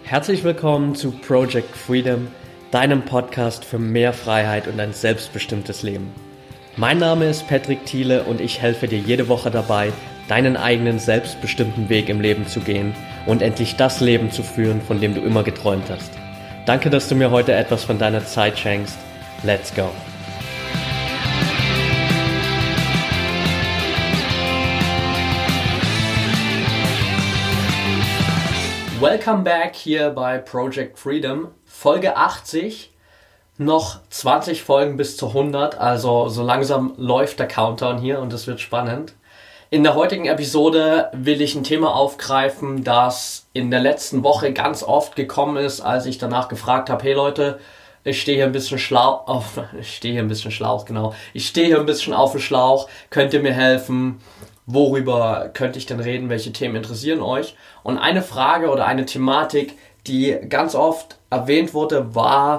Herzlich willkommen zu Project Freedom, deinem Podcast für mehr Freiheit und ein selbstbestimmtes Leben. Mein Name ist Patrick Thiele und ich helfe dir jede Woche dabei, deinen eigenen selbstbestimmten Weg im Leben zu gehen und endlich das Leben zu führen, von dem du immer geträumt hast. Danke, dass du mir heute etwas von deiner Zeit schenkst. Let's go! Welcome back hier bei Project Freedom, Folge 80, noch 20 Folgen bis zu 100, also so langsam läuft der Countdown hier und es wird spannend. In der heutigen Episode will ich ein Thema aufgreifen, das in der letzten Woche ganz oft gekommen ist, als ich danach gefragt habe, hey Leute, ich stehe hier ein bisschen auf dem Schlauch, könnt ihr mir helfen? Worüber könnte ich denn reden? Welche Themen interessieren euch? Und eine Frage oder eine Thematik, die ganz oft erwähnt wurde, war,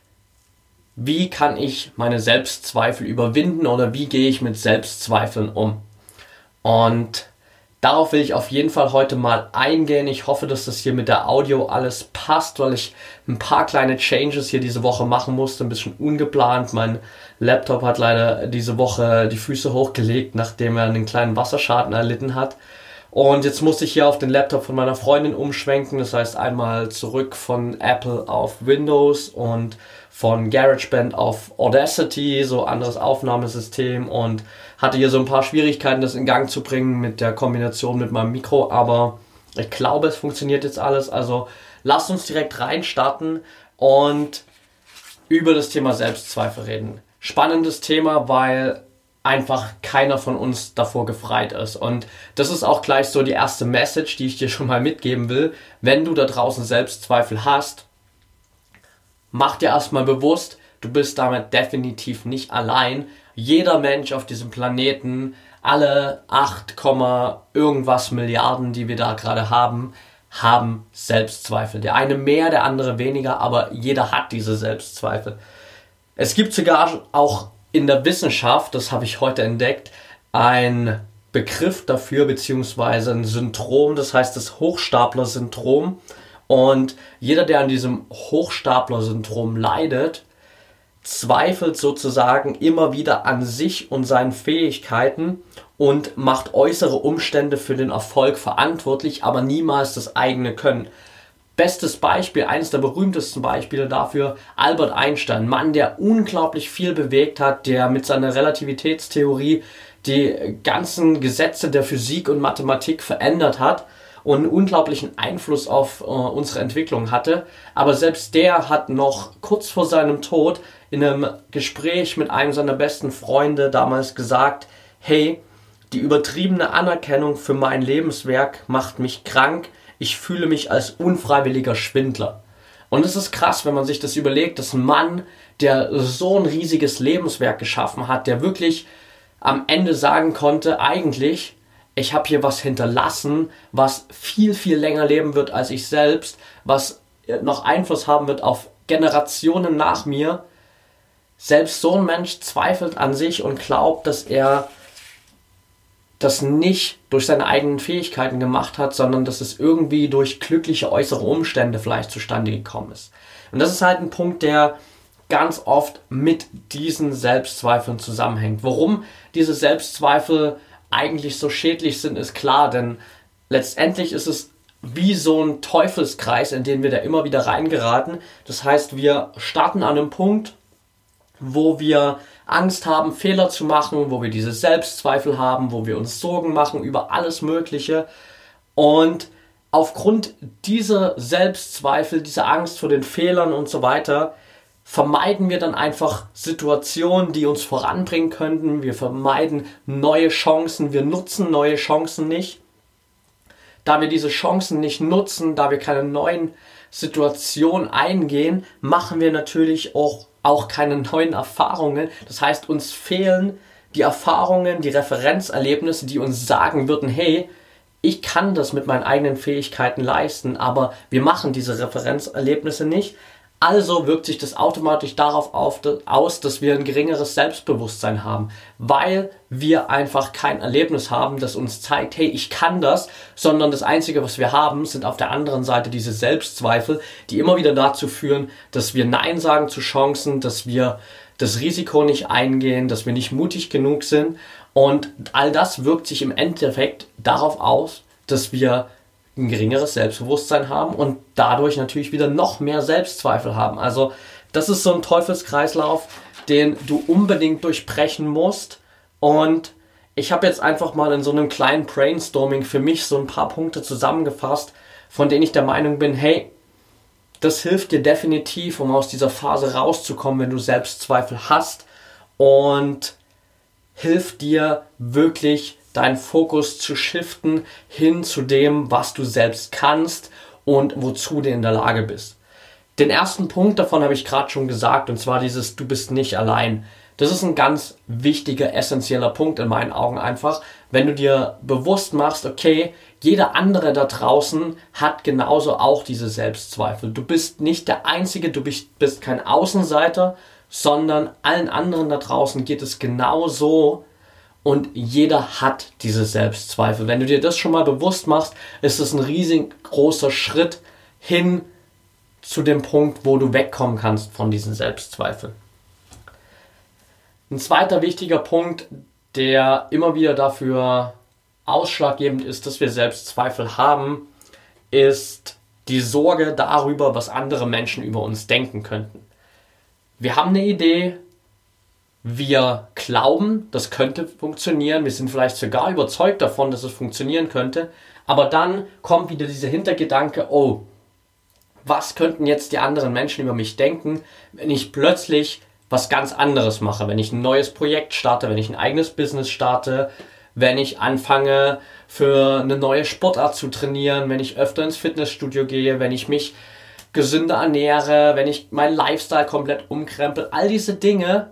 wie kann ich meine Selbstzweifel überwinden oder wie gehe ich mit Selbstzweifeln um? Und darauf will ich auf jeden Fall heute mal eingehen. Ich hoffe, dass das hier mit der Audio alles passt, weil ich ein paar kleine Changes hier diese Woche machen musste, ein bisschen ungeplant. Mein Laptop hat leider diese Woche die Füße hochgelegt, nachdem er einen kleinen Wasserschaden erlitten hat. Und jetzt musste ich hier auf den Laptop von meiner Freundin umschwenken. Das heißt einmal zurück von Apple auf Windows und von GarageBand auf Audacity, so anderes Aufnahmesystem, und hatte hier so ein paar Schwierigkeiten, das in Gang zu bringen mit der Kombination mit meinem Mikro, aber ich glaube, es funktioniert jetzt alles. Also lasst uns direkt reinstarten und über das Thema Selbstzweifel reden. Spannendes Thema, weil einfach keiner von uns davor gefreit ist. Und das ist auch gleich so die erste Message, die ich dir schon mal mitgeben will. Wenn du da draußen Selbstzweifel hast, mach dir erstmal bewusst, du bist damit definitiv nicht allein. Jeder Mensch auf diesem Planeten, alle 8, irgendwas Milliarden, die wir da gerade haben Selbstzweifel. Der eine mehr, der andere weniger, aber jeder hat diese Selbstzweifel. Es gibt sogar auch in der Wissenschaft, das habe ich heute entdeckt, ein Begriff dafür, beziehungsweise ein Syndrom, das heißt das Hochstapler-Syndrom. Und jeder, der an diesem Hochstapler-Syndrom leidet, zweifelt sozusagen immer wieder an sich und seinen Fähigkeiten und macht äußere Umstände für den Erfolg verantwortlich, aber niemals das eigene Können. Bestes Beispiel, eines der berühmtesten Beispiele dafür, Albert Einstein, Mann, der unglaublich viel bewegt hat, der mit seiner Relativitätstheorie die ganzen Gesetze der Physik und Mathematik verändert hat und einen unglaublichen Einfluss auf unsere Entwicklung hatte. Aber selbst der hat noch kurz vor seinem Tod in einem Gespräch mit einem seiner besten Freunde damals gesagt, hey, die übertriebene Anerkennung für mein Lebenswerk macht mich krank, ich fühle mich als unfreiwilliger Schwindler. Und es ist krass, wenn man sich das überlegt, dass ein Mann, der so ein riesiges Lebenswerk geschaffen hat, der wirklich am Ende sagen konnte, eigentlich, ich habe hier was hinterlassen, was viel, viel länger leben wird als ich selbst, was noch Einfluss haben wird auf Generationen nach mir. Selbst so ein Mensch zweifelt an sich und glaubt, dass er das nicht durch seine eigenen Fähigkeiten gemacht hat, sondern dass es irgendwie durch glückliche äußere Umstände vielleicht zustande gekommen ist. Und das ist halt ein Punkt, der ganz oft mit diesen Selbstzweifeln zusammenhängt. Warum diese Selbstzweifel eigentlich so schädlich sind, ist klar, denn letztendlich ist es wie so ein Teufelskreis, in den wir da immer wieder reingeraten. Das heißt, wir starten an einem Punkt, wo wir Angst haben, Fehler zu machen, wo wir diese Selbstzweifel haben, wo wir uns Sorgen machen über alles Mögliche. Und aufgrund dieser Selbstzweifel, dieser Angst vor den Fehlern und so weiter, vermeiden wir dann einfach Situationen, die uns voranbringen könnten. Wir vermeiden neue Chancen, wir nutzen neue Chancen nicht. Da wir diese Chancen nicht nutzen, da wir keine neuen Situationen eingehen, machen wir natürlich auch keine neuen Erfahrungen. Das heißt, uns fehlen die Erfahrungen, die Referenzerlebnisse, die uns sagen würden, hey, ich kann das mit meinen eigenen Fähigkeiten leisten, aber wir machen diese Referenzerlebnisse nicht. Also wirkt sich das automatisch darauf aus, dass wir ein geringeres Selbstbewusstsein haben, weil wir einfach kein Erlebnis haben, das uns zeigt, hey, ich kann das, sondern das Einzige, was wir haben, sind auf der anderen Seite diese Selbstzweifel, die immer wieder dazu führen, dass wir Nein sagen zu Chancen, dass wir das Risiko nicht eingehen, dass wir nicht mutig genug sind, und all das wirkt sich im Endeffekt darauf aus, dass wir ein geringeres Selbstbewusstsein haben und dadurch natürlich wieder noch mehr Selbstzweifel haben. Also das ist so ein Teufelskreislauf, den du unbedingt durchbrechen musst. Und ich habe jetzt einfach mal in so einem kleinen Brainstorming für mich so ein paar Punkte zusammengefasst, von denen ich der Meinung bin, hey, das hilft dir definitiv, um aus dieser Phase rauszukommen, wenn du Selbstzweifel hast, und hilft dir wirklich, deinen Fokus zu shiften hin zu dem, was du selbst kannst und wozu du in der Lage bist. Den ersten Punkt davon habe ich gerade schon gesagt, und zwar dieses: Du bist nicht allein. Das ist ein ganz wichtiger, essentieller Punkt in meinen Augen einfach, wenn du dir bewusst machst, okay, jeder andere da draußen hat genauso auch diese Selbstzweifel. Du bist nicht der Einzige, du bist kein Außenseiter, sondern allen anderen da draußen geht es genauso. Und jeder hat diese Selbstzweifel. Wenn du dir das schon mal bewusst machst, ist es ein riesengroßer Schritt hin zu dem Punkt, wo du wegkommen kannst von diesen Selbstzweifeln. Ein zweiter wichtiger Punkt, der immer wieder dafür ausschlaggebend ist, dass wir Selbstzweifel haben, ist die Sorge darüber, was andere Menschen über uns denken könnten. Wir haben eine Idee, wir glauben, das könnte funktionieren, wir sind vielleicht sogar überzeugt davon, dass es funktionieren könnte, aber dann kommt wieder dieser Hintergedanke, oh, was könnten jetzt die anderen Menschen über mich denken, wenn ich plötzlich was ganz anderes mache, wenn ich ein neues Projekt starte, wenn ich ein eigenes Business starte, wenn ich anfange, für eine neue Sportart zu trainieren, wenn ich öfter ins Fitnessstudio gehe, wenn ich mich gesünder ernähre, wenn ich meinen Lifestyle komplett umkrempel. All diese Dinge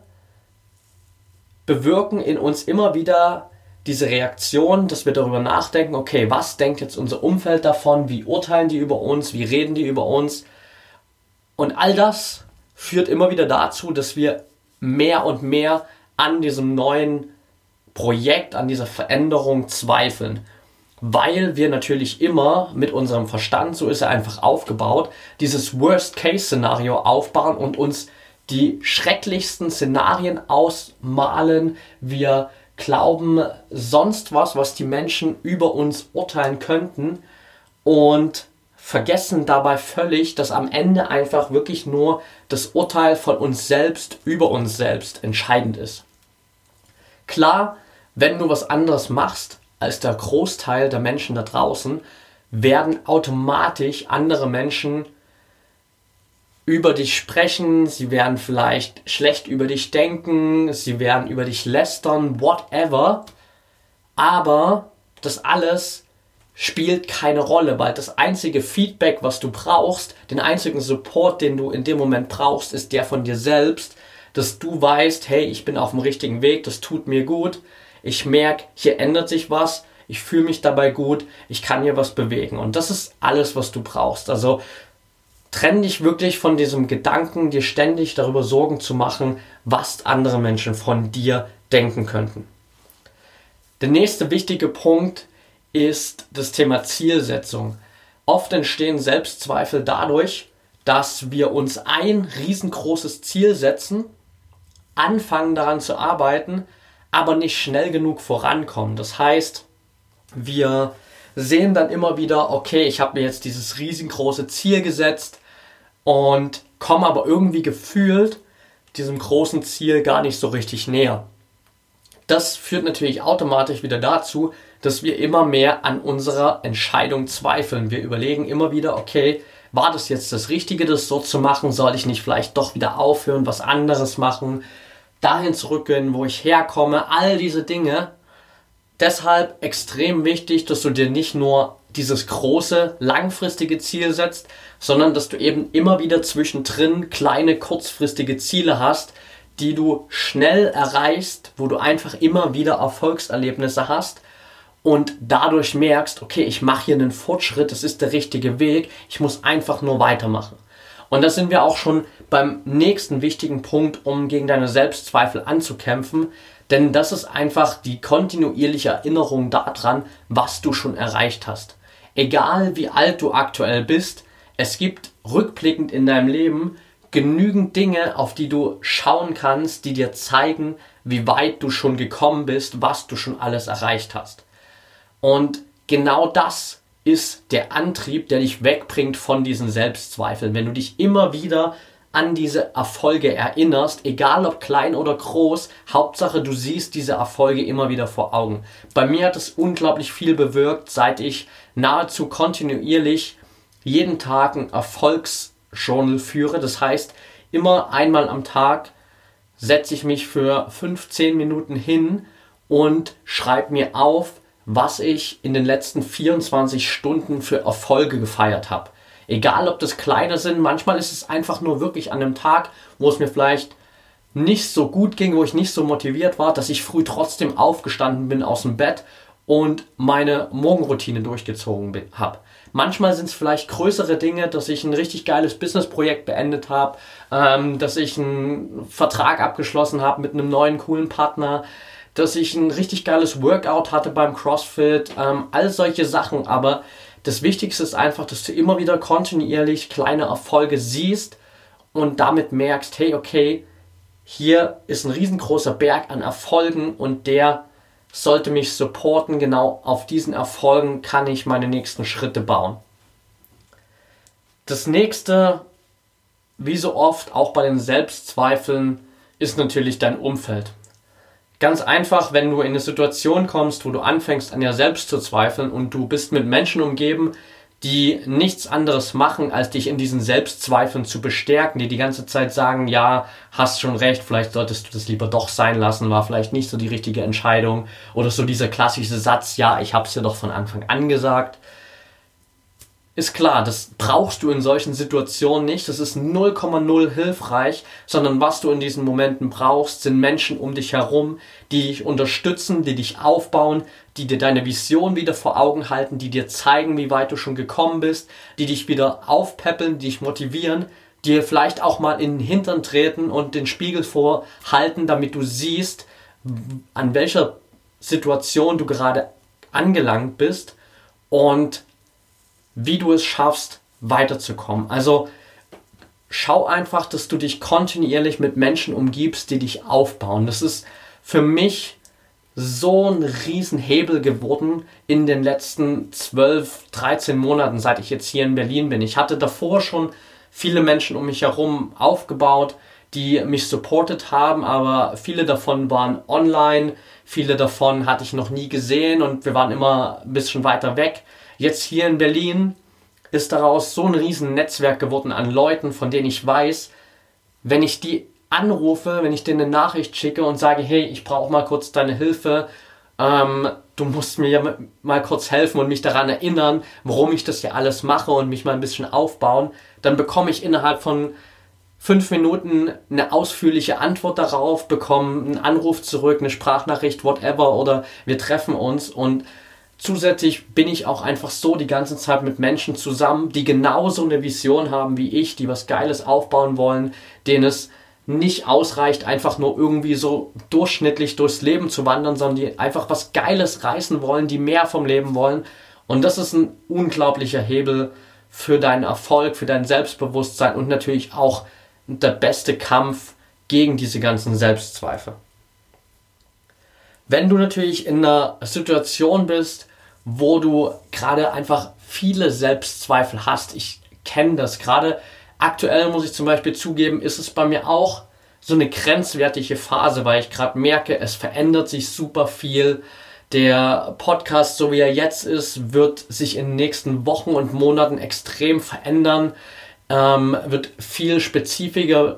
bewirken in uns immer wieder diese Reaktion, dass wir darüber nachdenken, okay, was denkt jetzt unser Umfeld davon, wie urteilen die über uns, wie reden die über uns, und all das führt immer wieder dazu, dass wir mehr und mehr an diesem neuen Projekt, an dieser Veränderung zweifeln, weil wir natürlich immer mit unserem Verstand, so ist er einfach aufgebaut, dieses Worst-Case-Szenario aufbauen und uns die schrecklichsten Szenarien ausmalen. Wir glauben sonst was die Menschen über uns urteilen könnten, und vergessen dabei völlig, dass am Ende einfach wirklich nur das Urteil von uns selbst über uns selbst entscheidend ist. Klar, wenn du was anderes machst als der Großteil der Menschen da draußen, werden automatisch andere Menschen über dich sprechen, sie werden vielleicht schlecht über dich denken, sie werden über dich lästern, whatever. Aber das alles spielt keine Rolle, weil das einzige Feedback, was du brauchst, den einzigen Support, den du in dem Moment brauchst, ist der von dir selbst, dass du weißt, hey, ich bin auf dem richtigen Weg, das tut mir gut, ich merke, hier ändert sich was, ich fühle mich dabei gut, ich kann hier was bewegen, und das ist alles, was du brauchst. Also trenn dich wirklich von diesem Gedanken, dir ständig darüber Sorgen zu machen, was andere Menschen von dir denken könnten. Der nächste wichtige Punkt ist das Thema Zielsetzung. Oft entstehen Selbstzweifel dadurch, dass wir uns ein riesengroßes Ziel setzen, anfangen daran zu arbeiten, aber nicht schnell genug vorankommen. Das heißt, wir sehen dann immer wieder, okay, ich habe mir jetzt dieses riesengroße Ziel gesetzt und komme aber irgendwie gefühlt diesem großen Ziel gar nicht so richtig näher. Das führt natürlich automatisch wieder dazu, dass wir immer mehr an unserer Entscheidung zweifeln. Wir überlegen immer wieder, okay, war das jetzt das Richtige, das so zu machen? Soll ich nicht vielleicht doch wieder aufhören, was anderes machen, dahin zurückgehen, wo ich herkomme? All diese Dinge. Deshalb extrem wichtig, dass du dir nicht nur dieses große, langfristige Ziel setzt, sondern dass du eben immer wieder zwischendrin kleine, kurzfristige Ziele hast, die du schnell erreichst, wo du einfach immer wieder Erfolgserlebnisse hast und dadurch merkst, okay, ich mache hier einen Fortschritt, das ist der richtige Weg, ich muss einfach nur weitermachen. Und da sind wir auch schon beim nächsten wichtigen Punkt, um gegen deine Selbstzweifel anzukämpfen. Denn das ist einfach die kontinuierliche Erinnerung daran, was du schon erreicht hast. Egal wie alt du aktuell bist, es gibt rückblickend in deinem Leben genügend Dinge, auf die du schauen kannst, die dir zeigen, wie weit du schon gekommen bist, was du schon alles erreicht hast. Und genau das ist der Antrieb, der dich wegbringt von diesen Selbstzweifeln. Wenn du dich immer wieder an diese Erfolge erinnerst, egal ob klein oder groß, Hauptsache du siehst diese Erfolge immer wieder vor Augen. Bei mir hat es unglaublich viel bewirkt, seit ich nahezu kontinuierlich jeden Tag ein Erfolgsjournal führe. Das heißt, immer einmal am Tag setze ich mich für 15 Minuten hin und schreibe mir auf, was ich in den letzten 24 Stunden für Erfolge gefeiert habe. Egal, ob das kleine sind, manchmal ist es einfach nur wirklich an einem Tag, wo es mir vielleicht nicht so gut ging, wo ich nicht so motiviert war, dass ich früh trotzdem aufgestanden bin aus dem Bett und meine Morgenroutine durchgezogen habe. Manchmal sind es vielleicht größere Dinge, dass ich ein richtig geiles Businessprojekt beendet habe, dass ich einen Vertrag abgeschlossen habe mit einem neuen coolen Partner, dass ich ein richtig geiles Workout hatte beim CrossFit, all solche Sachen. Aber das Wichtigste ist einfach, dass du immer wieder kontinuierlich kleine Erfolge siehst und damit merkst, hey, okay, hier ist ein riesengroßer Berg an Erfolgen und der sollte mich supporten. Genau auf diesen Erfolgen kann ich meine nächsten Schritte bauen. Das nächste, wie so oft auch bei den Selbstzweifeln, ist natürlich dein Umfeld. Ganz einfach, wenn du in eine Situation kommst, wo du anfängst an dir selbst zu zweifeln und du bist mit Menschen umgeben, die nichts anderes machen, als dich in diesen Selbstzweifeln zu bestärken, die die ganze Zeit sagen, ja, hast schon recht, vielleicht solltest du das lieber doch sein lassen, war vielleicht nicht so die richtige Entscheidung. Oder so dieser klassische Satz, ja, ich hab's dir doch von Anfang an gesagt. Ist klar, das brauchst du in solchen Situationen nicht, das ist 0,0 hilfreich, sondern was du in diesen Momenten brauchst, sind Menschen um dich herum, die dich unterstützen, die dich aufbauen, die dir deine Vision wieder vor Augen halten, die dir zeigen, wie weit du schon gekommen bist, die dich wieder aufpäppeln, die dich motivieren, dir vielleicht auch mal in den Hintern treten und den Spiegel vorhalten, damit du siehst, an welcher Situation du gerade angelangt bist und wie du es schaffst, weiterzukommen. Also schau einfach, dass du dich kontinuierlich mit Menschen umgibst, die dich aufbauen. Das ist für mich so ein Riesenhebel geworden in den letzten 12, 13 Monaten, seit ich jetzt hier in Berlin bin. Ich hatte davor schon viele Menschen um mich herum aufgebaut, die mich supportet haben, aber viele davon waren online, viele davon hatte ich noch nie gesehen und wir waren immer ein bisschen weiter weg. Jetzt hier in Berlin ist daraus so ein riesen Netzwerk geworden an Leuten, von denen ich weiß, wenn ich die anrufe, wenn ich denen eine Nachricht schicke und sage, hey, ich brauche mal kurz deine Hilfe, du musst mir ja mal kurz helfen und mich daran erinnern, warum ich das hier alles mache und mich mal ein bisschen aufbauen, dann bekomme ich innerhalb von 5 Minuten eine ausführliche Antwort darauf, bekomme einen Anruf zurück, eine Sprachnachricht, whatever, oder wir treffen uns. Und zusätzlich bin ich auch einfach so die ganze Zeit mit Menschen zusammen, die genauso eine Vision haben wie ich, die was Geiles aufbauen wollen, denen es nicht ausreicht, einfach nur irgendwie so durchschnittlich durchs Leben zu wandern, sondern die einfach was Geiles reißen wollen, die mehr vom Leben wollen. Und das ist ein unglaublicher Hebel für deinen Erfolg, für dein Selbstbewusstsein und natürlich auch der beste Kampf gegen diese ganzen Selbstzweifel. Wenn du natürlich in einer Situation bist, wo du gerade einfach viele Selbstzweifel hast, ich kenne das gerade, aktuell muss ich zum Beispiel zugeben, ist es bei mir auch so eine grenzwertige Phase, weil ich gerade merke, es verändert sich super viel. Der Podcast, so wie er jetzt ist, wird sich in den nächsten Wochen und Monaten extrem verändern, wird viel spezifischer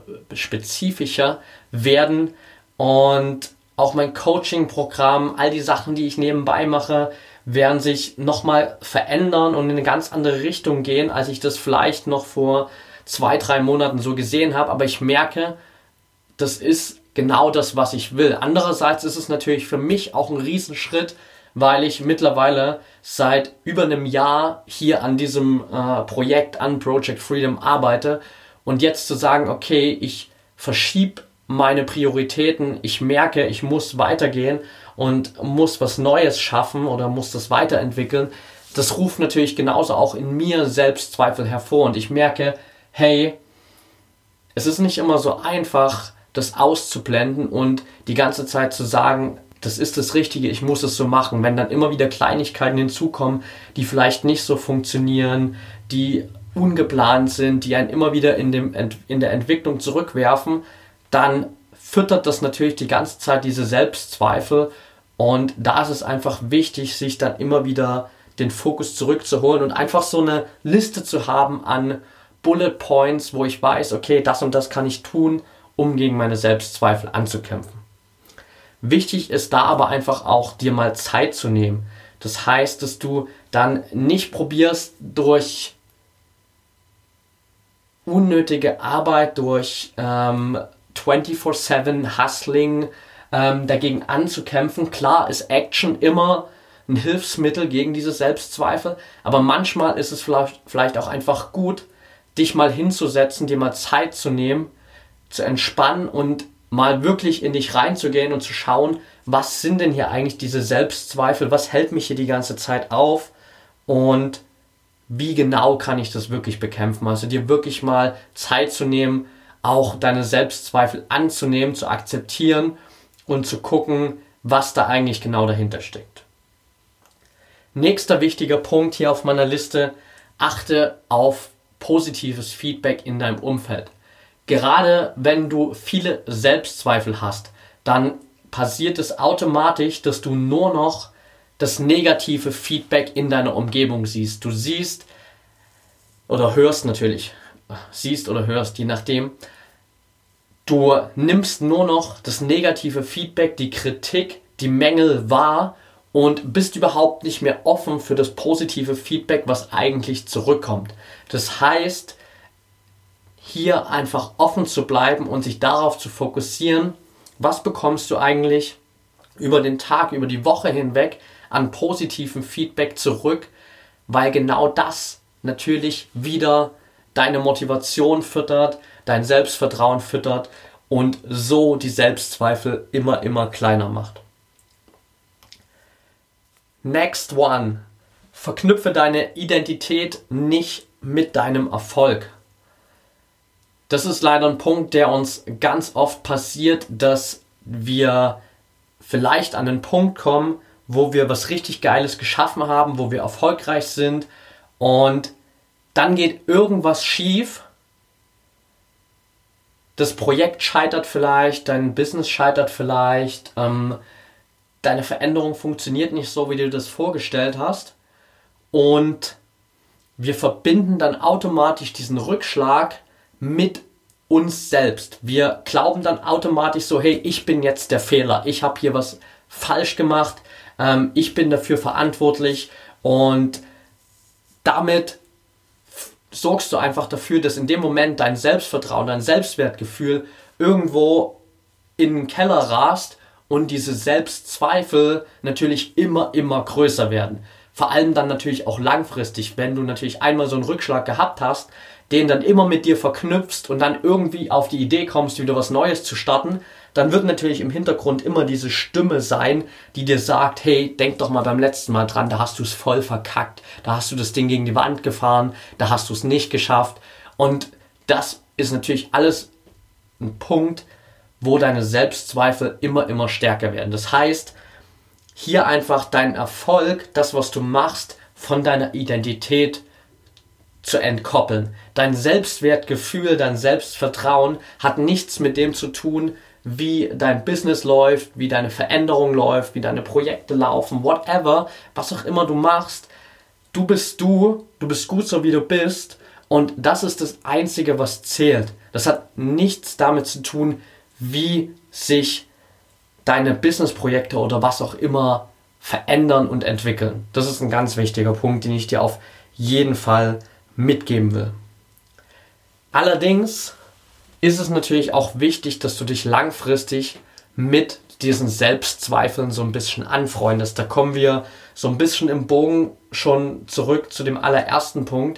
werden und auch mein Coaching-Programm, all die Sachen, die ich nebenbei mache, werden sich nochmal verändern und in eine ganz andere Richtung gehen, als ich das vielleicht noch vor 2-3 Monaten so gesehen habe. Aber ich merke, das ist genau das, was ich will. Andererseits ist es natürlich für mich auch ein Riesenschritt, weil ich mittlerweile seit über einem Jahr hier an diesem Projekt, an Project Freedom arbeite Und jetzt zu sagen, okay, ich verschiebe meine Prioritäten, ich merke, ich muss weitergehen und muss was Neues schaffen oder muss das weiterentwickeln, das ruft natürlich genauso auch in mir Selbstzweifel hervor. Und ich merke, hey, es ist nicht immer so einfach, das auszublenden und die ganze Zeit zu sagen, das ist das Richtige, ich muss es so machen. Wenn dann immer wieder Kleinigkeiten hinzukommen, die vielleicht nicht so funktionieren, die ungeplant sind, die einen immer wieder in der Entwicklung zurückwerfen, dann füttert das natürlich die ganze Zeit diese Selbstzweifel. Und da ist es einfach wichtig, sich dann immer wieder den Fokus zurückzuholen und einfach so eine Liste zu haben an Bullet Points, wo ich weiß, okay, das und das kann ich tun, um gegen meine Selbstzweifel anzukämpfen. Wichtig ist da aber einfach auch, dir mal Zeit zu nehmen. Das heißt, dass du dann nicht probierst, durch unnötige Arbeit, durch 24/7 Hustling dagegen anzukämpfen. Klar ist Action immer ein Hilfsmittel gegen diese Selbstzweifel, aber manchmal ist es vielleicht auch einfach gut, dich mal hinzusetzen, dir mal Zeit zu nehmen, zu entspannen und mal wirklich in dich reinzugehen und zu schauen, was sind denn hier eigentlich diese Selbstzweifel, was hält mich hier die ganze Zeit auf und wie genau kann ich das wirklich bekämpfen. Also dir wirklich mal Zeit zu nehmen, auch deine Selbstzweifel anzunehmen, zu akzeptieren und zu gucken, was da eigentlich genau dahinter steckt. Nächster wichtiger Punkt hier auf meiner Liste: achte auf positives Feedback in deinem Umfeld. Gerade wenn du viele Selbstzweifel hast, dann passiert es automatisch, dass du nur noch das negative Feedback in deiner Umgebung siehst. Du siehst oder hörst natürlich, je nachdem. Du nimmst nur noch das negative Feedback, die Kritik, die Mängel wahr und bist überhaupt nicht mehr offen für das positive Feedback, was eigentlich zurückkommt. Das heißt, hier einfach offen zu bleiben und sich darauf zu fokussieren, was bekommst du eigentlich über den Tag, über die Woche hinweg an positivem Feedback zurück, weil genau das natürlich wieder deine Motivation füttert, dein Selbstvertrauen füttert und so die Selbstzweifel immer kleiner macht. Next one. Verknüpfe deine Identität nicht mit deinem Erfolg. Das ist leider ein Punkt, der uns ganz oft passiert, dass wir vielleicht an einen Punkt kommen, wo wir was richtig Geiles geschaffen haben, wo wir erfolgreich sind und dann geht irgendwas schief. Das Projekt scheitert vielleicht, dein Business scheitert vielleicht, deine Veränderung funktioniert nicht so, wie du das vorgestellt hast und wir verbinden dann automatisch diesen Rückschlag mit uns selbst. Wir glauben dann automatisch so, hey, ich bin jetzt der Fehler, ich habe hier was falsch gemacht, ich bin dafür verantwortlich und damit sorgst du einfach dafür, dass in dem Moment dein Selbstvertrauen, dein Selbstwertgefühl irgendwo in den Keller rast und diese Selbstzweifel natürlich immer größer werden. Vor allem dann natürlich auch langfristig, wenn du natürlich einmal so einen Rückschlag gehabt hast, den dann immer mit dir verknüpfst und dann irgendwie auf die Idee kommst, wieder was Neues zu starten, dann wird natürlich im Hintergrund immer diese Stimme sein, die dir sagt, hey, denk doch mal beim letzten Mal dran, da hast du es voll verkackt, da hast du das Ding gegen die Wand gefahren, da hast du es nicht geschafft. Und das ist natürlich alles ein Punkt, wo deine Selbstzweifel immer stärker werden. Das heißt, hier einfach deinen Erfolg, das, was du machst, von deiner Identität zu entkoppeln. Dein Selbstwertgefühl, dein Selbstvertrauen hat nichts mit dem zu tun, wie dein Business läuft, wie deine Veränderung läuft, wie deine Projekte laufen, whatever, was auch immer du machst. Du bist gut so wie du bist und das ist das Einzige, was zählt. Das hat nichts damit zu tun, wie sich deine Businessprojekte oder was auch immer verändern und entwickeln. Das ist ein ganz wichtiger Punkt, den ich dir auf jeden Fall mitgeben will. Allerdings ist es natürlich auch wichtig, dass du dich langfristig mit diesen Selbstzweifeln so ein bisschen anfreundest. Da kommen wir so ein bisschen im Bogen schon zurück zu dem allerersten Punkt.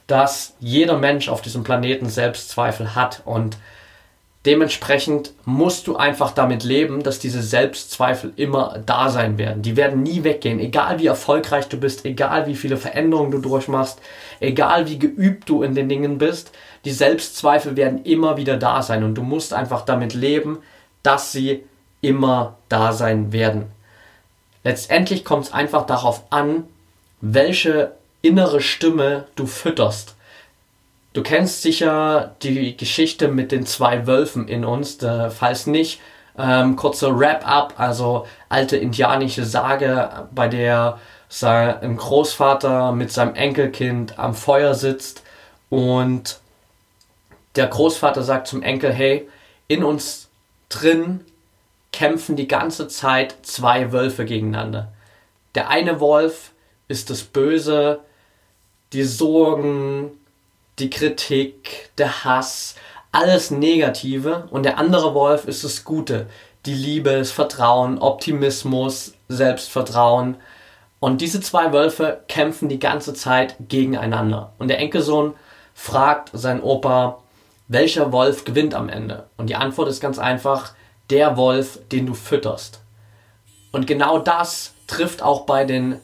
dass jeder Mensch auf diesem Planeten Selbstzweifel hat und dementsprechend musst du einfach damit leben, dass diese Selbstzweifel immer da sein werden. Die werden nie weggehen, egal wie erfolgreich du bist, egal wie viele Veränderungen du durchmachst, egal wie geübt du in den Dingen bist. Die Selbstzweifel werden immer wieder da sein und du musst einfach damit leben, dass sie immer da sein werden. Letztendlich kommt es einfach darauf an, welche innere Stimme du fütterst. Du kennst sicher die Geschichte mit den 2 Wölfen in uns, falls nicht, kurzer Wrap-up, also alte indianische Sage, bei der sein Großvater mit seinem Enkelkind am Feuer sitzt und der Großvater sagt zum Enkel, hey, in uns drin kämpfen die ganze Zeit 2 Wölfe gegeneinander. Der eine Wolf ist das Böse, die Sorgen, die Kritik, der Hass, alles Negative und der andere Wolf ist das Gute, die Liebe, das Vertrauen, Optimismus, Selbstvertrauen und diese 2 Wölfe kämpfen die ganze Zeit gegeneinander und der Enkelsohn fragt seinen Opa, welcher Wolf gewinnt am Ende? Und die Antwort ist ganz einfach, der Wolf, den du fütterst. Und genau das trifft auch bei den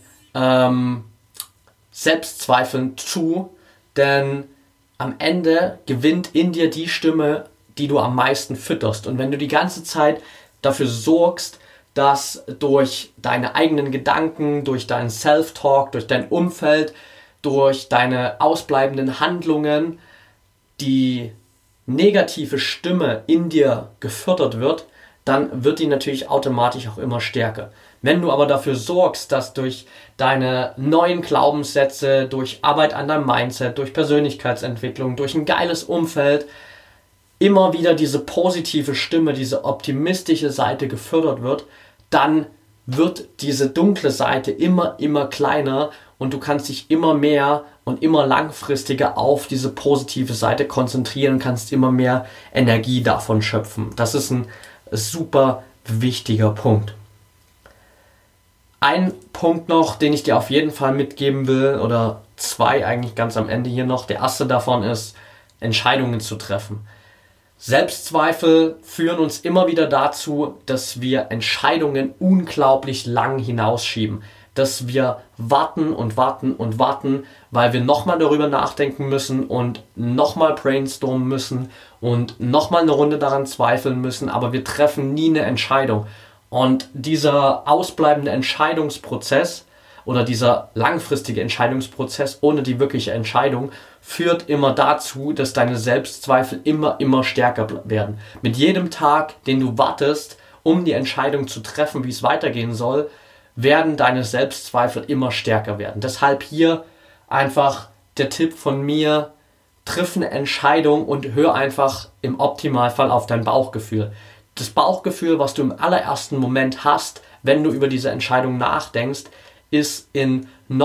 Selbstzweifeln zu, denn am Ende gewinnt in dir die Stimme, die du am meisten fütterst. Und wenn du die ganze Zeit dafür sorgst, dass durch deine eigenen Gedanken, durch deinen Self-Talk, durch dein Umfeld, durch deine ausbleibenden Handlungen die negative Stimme in dir gefördert wird, dann wird die natürlich automatisch auch immer stärker. Wenn du aber dafür sorgst, dass durch deine neuen Glaubenssätze, durch Arbeit an deinem Mindset, durch Persönlichkeitsentwicklung, durch ein geiles Umfeld immer wieder diese positive Stimme, diese optimistische Seite gefördert wird, dann wird diese dunkle Seite immer kleiner und du kannst dich immer mehr und immer langfristiger auf diese positive Seite konzentrieren und kannst immer mehr Energie davon schöpfen. Das ist ein super wichtiger Punkt. Ein Punkt noch, den ich dir auf jeden Fall mitgeben will, oder 2 eigentlich ganz am Ende hier noch. Der erste davon ist, Entscheidungen zu treffen. Selbstzweifel führen uns immer wieder dazu, dass wir Entscheidungen unglaublich lang hinausschieben. Dass wir warten, weil wir nochmal darüber nachdenken müssen und nochmal brainstormen müssen und nochmal eine Runde daran zweifeln müssen, aber wir treffen nie eine Entscheidung. Und dieser ausbleibende Entscheidungsprozess oder dieser langfristige Entscheidungsprozess ohne die wirkliche Entscheidung führt immer dazu, dass deine Selbstzweifel immer stärker werden. Mit jedem Tag, den du wartest, um die Entscheidung zu treffen, wie es weitergehen soll, werden deine Selbstzweifel immer stärker werden. Deshalb hier einfach der Tipp von mir, triff eine Entscheidung und hör einfach im Optimalfall auf dein Bauchgefühl. Das Bauchgefühl, was du im allerersten Moment hast, wenn du über diese Entscheidung nachdenkst, ist in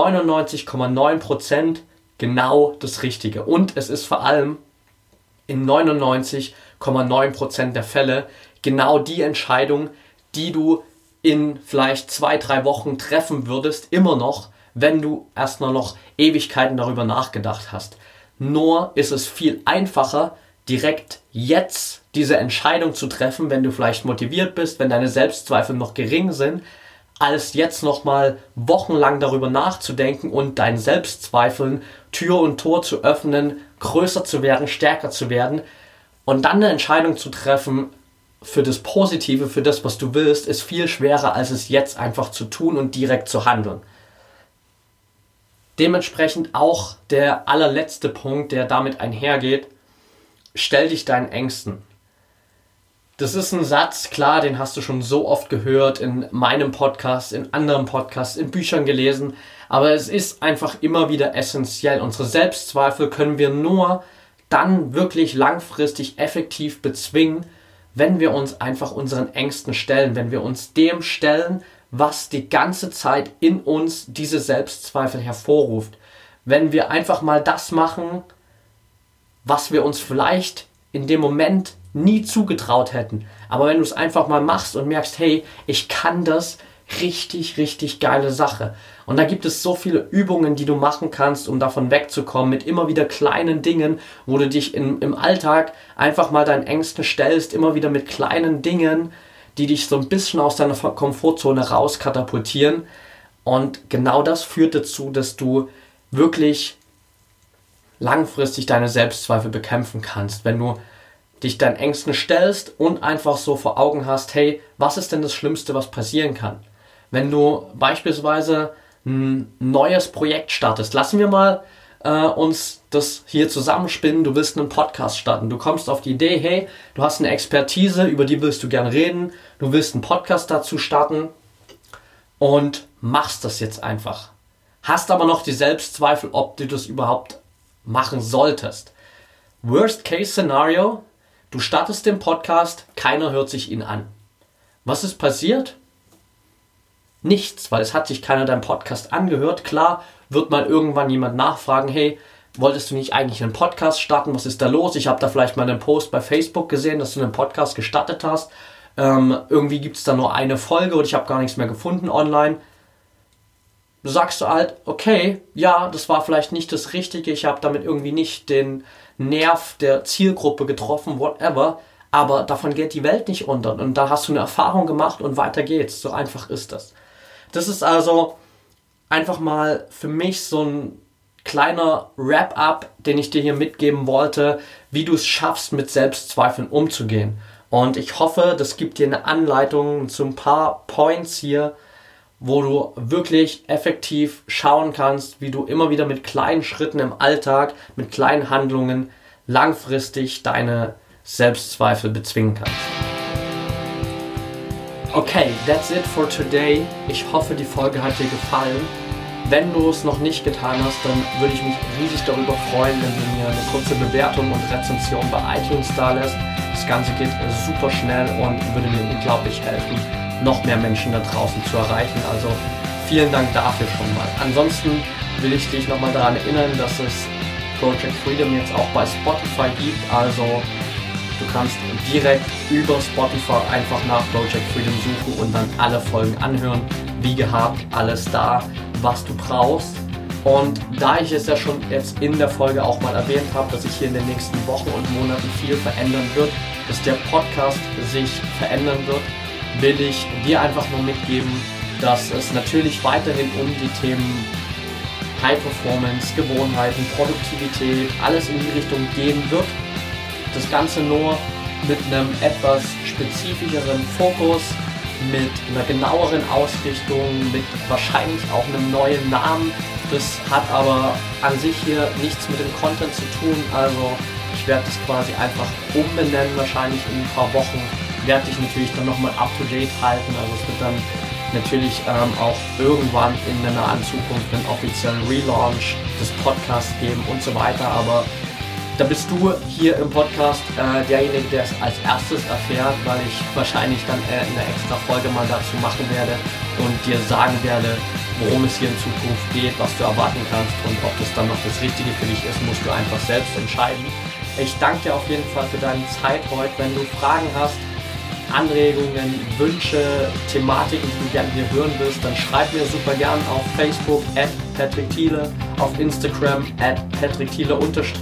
99,9% genau das Richtige. Und es ist vor allem in 99,9% der Fälle genau die Entscheidung, die du in vielleicht 2-3 Wochen treffen würdest, immer noch, wenn du erstmal noch Ewigkeiten darüber nachgedacht hast. Nur ist es viel einfacher, direkt jetzt diese Entscheidung zu treffen, wenn du vielleicht motiviert bist, wenn deine Selbstzweifel noch gering sind, als jetzt nochmal wochenlang darüber nachzudenken und deinen Selbstzweifeln Tür und Tor zu öffnen, größer zu werden, stärker zu werden und dann eine Entscheidung zu treffen für das Positive, für das, was du willst, ist viel schwerer, als es jetzt einfach zu tun und direkt zu handeln. Dementsprechend auch der allerletzte Punkt, der damit einhergeht, stell dich deinen Ängsten. Das ist ein Satz, klar, den hast du schon so oft gehört in meinem Podcast, in anderen Podcasts, in Büchern gelesen, aber es ist einfach immer wieder essentiell. Unsere Selbstzweifel können wir nur dann wirklich langfristig effektiv bezwingen, wenn wir uns einfach unseren Ängsten stellen, wenn wir uns dem stellen, was die ganze Zeit in uns diese Selbstzweifel hervorruft. Wenn wir einfach mal das machen, was wir uns vielleicht in dem Moment nie zugetraut hätten. Aber wenn du es einfach mal machst und merkst, hey, ich kann das, richtig, richtig geile Sache. Und da gibt es so viele Übungen, die du machen kannst, um davon wegzukommen, mit immer wieder kleinen Dingen, wo du dich im Alltag einfach mal deinen Ängsten stellst, immer wieder mit kleinen Dingen, die dich so ein bisschen aus deiner Komfortzone rauskatapultieren. Und genau das führt dazu, dass du wirklich langfristig deine Selbstzweifel bekämpfen kannst, wenn du dich deinen Ängsten stellst und einfach so vor Augen hast, hey, was ist denn das Schlimmste, was passieren kann? Wenn du beispielsweise ein neues Projekt startest, lassen wir mal uns das hier zusammenspinnen, du willst einen Podcast starten, du kommst auf die Idee, hey, du hast eine Expertise, über die willst du gern reden, du willst einen Podcast dazu starten und machst das jetzt einfach. Hast aber noch die Selbstzweifel, ob du das überhaupt machen solltest. Worst Case Scenario, du startest den Podcast, keiner hört sich ihn an. Was ist passiert? Nichts, weil es hat sich keiner deinen Podcast angehört. Klar wird mal irgendwann jemand nachfragen, hey, wolltest du nicht eigentlich einen Podcast starten? Was ist da los? Ich habe da vielleicht mal einen Post bei Facebook gesehen, dass du einen Podcast gestartet hast. Irgendwie gibt es da nur eine Folge und ich habe gar nichts mehr gefunden online. Du sagst halt, okay, ja, das war vielleicht nicht das Richtige, ich habe damit irgendwie nicht den Nerv der Zielgruppe getroffen, whatever, aber davon geht die Welt nicht unter und da hast du eine Erfahrung gemacht und weiter geht's, so einfach ist das. Das ist also einfach mal für mich so ein kleiner Wrap-up, den ich dir hier mitgeben wollte, wie du es schaffst, mit Selbstzweifeln umzugehen. Und ich hoffe, das gibt dir eine Anleitung zu ein paar Points hier, wo du wirklich effektiv schauen kannst, wie du immer wieder mit kleinen Schritten im Alltag, mit kleinen Handlungen langfristig deine Selbstzweifel bezwingen kannst. Okay, that's it for today. Ich hoffe, die Folge hat dir gefallen. Wenn du es noch nicht getan hast, dann würde ich mich riesig darüber freuen, wenn du mir eine kurze Bewertung und Rezension bei iTunes da lässt. Das Ganze geht super schnell und würde mir unglaublich helfen, noch mehr Menschen da draußen zu erreichen. Also vielen Dank dafür schon mal. Ansonsten will ich dich nochmal daran erinnern, dass es Project Freedom jetzt auch bei Spotify gibt. Also du kannst direkt über Spotify einfach nach Project Freedom suchen und dann alle Folgen anhören. Wie gehabt, alles da, was du brauchst. Und da ich es ja schon jetzt in der Folge auch mal erwähnt habe, dass sich hier in den nächsten Wochen und Monaten viel verändern wird, dass der Podcast sich verändern wird, will ich dir einfach nur mitgeben, dass es natürlich weiterhin um die Themen High Performance, Gewohnheiten, Produktivität, alles in die Richtung gehen wird. Das Ganze nur mit einem etwas spezifischeren Fokus, mit einer genaueren Ausrichtung, mit wahrscheinlich auch einem neuen Namen. Das hat aber an sich hier nichts mit dem Content zu tun, also ich werde das quasi einfach umbenennen, wahrscheinlich in ein paar Wochen. Werde ich natürlich dann nochmal up to date halten, also es wird dann natürlich auch irgendwann in der nahen Zukunft einen offiziellen Relaunch des Podcasts geben und so weiter, aber da bist du hier im Podcast derjenige, der es als erstes erfährt, weil ich wahrscheinlich dann eine extra Folge mal dazu machen werde und dir sagen werde, worum es hier in Zukunft geht, was du erwarten kannst und ob das dann noch das Richtige für dich ist, musst du einfach selbst entscheiden. Ich danke dir auf jeden Fall für deine Zeit heute. Wenn du Fragen hast, Anregungen, Wünsche, Thematiken, die du gerne hier hören willst, dann schreib mir super gern auf Facebook @PatrickThiele, auf Instagram @PatrickThiele_.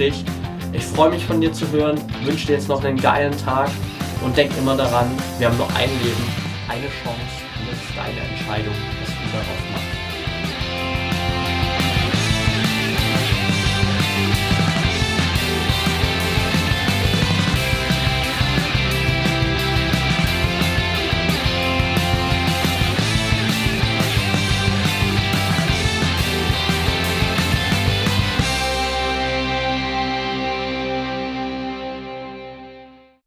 Ich freue mich von dir zu hören, wünsche dir jetzt noch einen geilen Tag und denk immer daran, wir haben nur ein Leben, eine Chance und es ist deine Entscheidung, was du darauf machst.